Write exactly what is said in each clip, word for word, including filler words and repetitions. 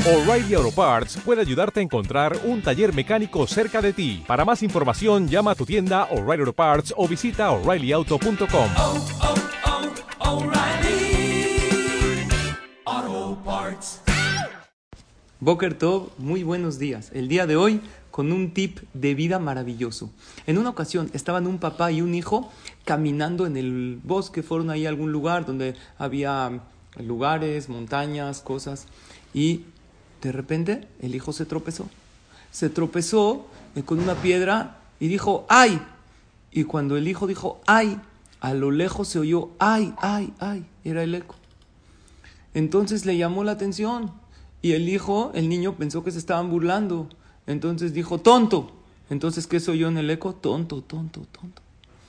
O'Reilly Auto Parts puede ayudarte a encontrar un taller mecánico cerca de ti. Para más información, llama a tu tienda O'Reilly Auto Parts o visita O'Reilly Auto punto com. Oh, oh, oh, O'Reilly Auto Parts. Boker Tov, muy buenos días. El día de hoy con un tip de vida maravilloso. En una ocasión estaban un papá y un hijo caminando en el bosque, fueron ahí a algún lugar donde había lugares, montañas, cosas, y de repente el hijo se tropezó. Se tropezó eh, con una piedra y dijo ¡ay! Y cuando el hijo dijo ¡ay!, a lo lejos se oyó ¡ay, ay, ay! Era el eco. Entonces le llamó la atención y el hijo, el niño, pensó que se estaban burlando. Entonces dijo ¡tonto! Entonces, ¿qué se oyó en el eco? Tonto, tonto, tonto.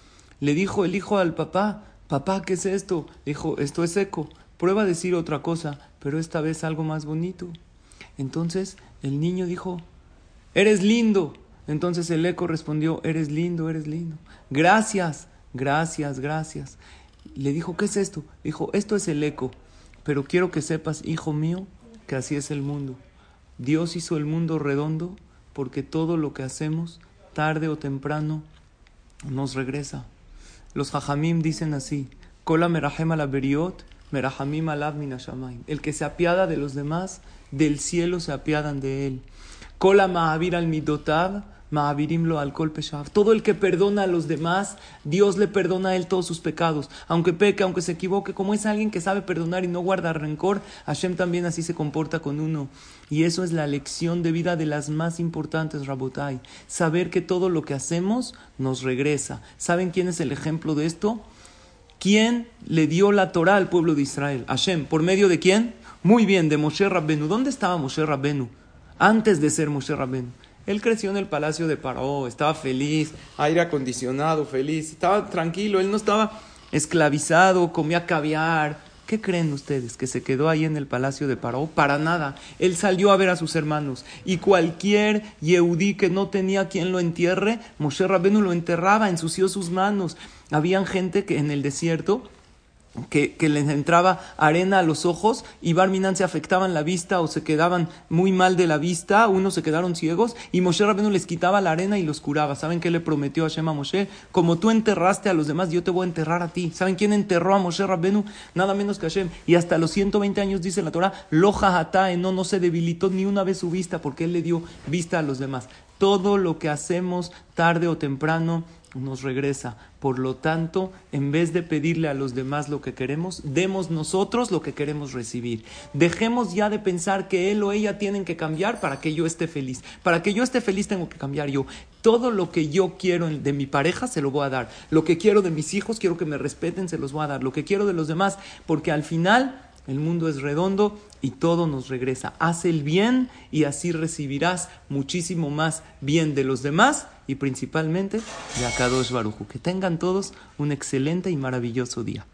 Le dijo el hijo al papá, papá, ¿qué es esto? Dijo, esto es eco. Prueba a decir otra cosa, pero esta vez algo más bonito. Entonces el niño dijo, eres lindo. Entonces el eco respondió, eres lindo, eres lindo. Gracias, gracias, gracias. Le dijo, ¿qué es esto? Dijo, esto es el eco, pero quiero que sepas, hijo mío, que así es el mundo. Dios hizo el mundo redondo porque todo lo que hacemos, tarde o temprano, nos regresa. Los jajamim dicen así, Kola merahem ala beriot, merahamim alav min hashamayim. El que se apiada de los demás, del cielo se apiadan de él. Kola ma'avir al midotav, ma'avirim lo al kol peshav. Todo el que perdona a los demás, Dios le perdona a él todos sus pecados. Aunque peque, aunque se equivoque, como es alguien que sabe perdonar y no guarda rencor, Hashem también así se comporta con uno. Y eso es la lección de vida de las más importantes, Rabotai. Saber que todo lo que hacemos nos regresa. ¿Saben quién es el ejemplo de esto? ¿Quién le dio la Torá al pueblo de Israel? Hashem. ¿Por medio de quién? Muy bien, de Moshe Rabbenu. ¿Dónde estaba Moshe Rabbenu? Antes de ser Moshe Rabbenu. Él creció en el palacio de Paró, estaba feliz, aire acondicionado, feliz, estaba tranquilo, él no estaba esclavizado, comía caviar. ¿Qué creen ustedes? ¿Que se quedó ahí en el palacio de Paró? Para nada. Él salió a ver a sus hermanos. Y cualquier yehudí que no tenía quien lo entierre, Moshe Rabbenu lo enterraba, ensució sus manos. Habían gente que en el desierto que, que les entraba arena a los ojos y Barminan se afectaban la vista o se quedaban muy mal de la vista, unos se quedaron ciegos y Moshe Rabbenu les quitaba la arena y los curaba. ¿Saben qué le prometió Hashem a Moshe? Como tú enterraste a los demás, yo te voy a enterrar a ti. ¿Saben quién enterró a Moshe Rabbenu? Nada menos que Hashem. Y hasta los ciento veinte años dice la Torah, Loja Hatae, no, no se debilitó ni una vez su vista porque él le dio vista a los demás. Todo lo que hacemos tarde o temprano nos regresa. Por lo tanto, en vez de pedirle a los demás lo que queremos, demos nosotros lo que queremos recibir. Dejemos ya de pensar que él o ella tienen que cambiar para que yo esté feliz. Para que yo esté feliz tengo que cambiar yo. Todo lo que yo quiero de mi pareja se lo voy a dar. Lo que quiero de mis hijos, quiero que me respeten, se los voy a dar. Lo que quiero de los demás, porque al final el mundo es redondo y todo nos regresa. Haz el bien y así recibirás muchísimo más bien de los demás y principalmente de Akadosh Baruj Hu. Que tengan todos un excelente y maravilloso día.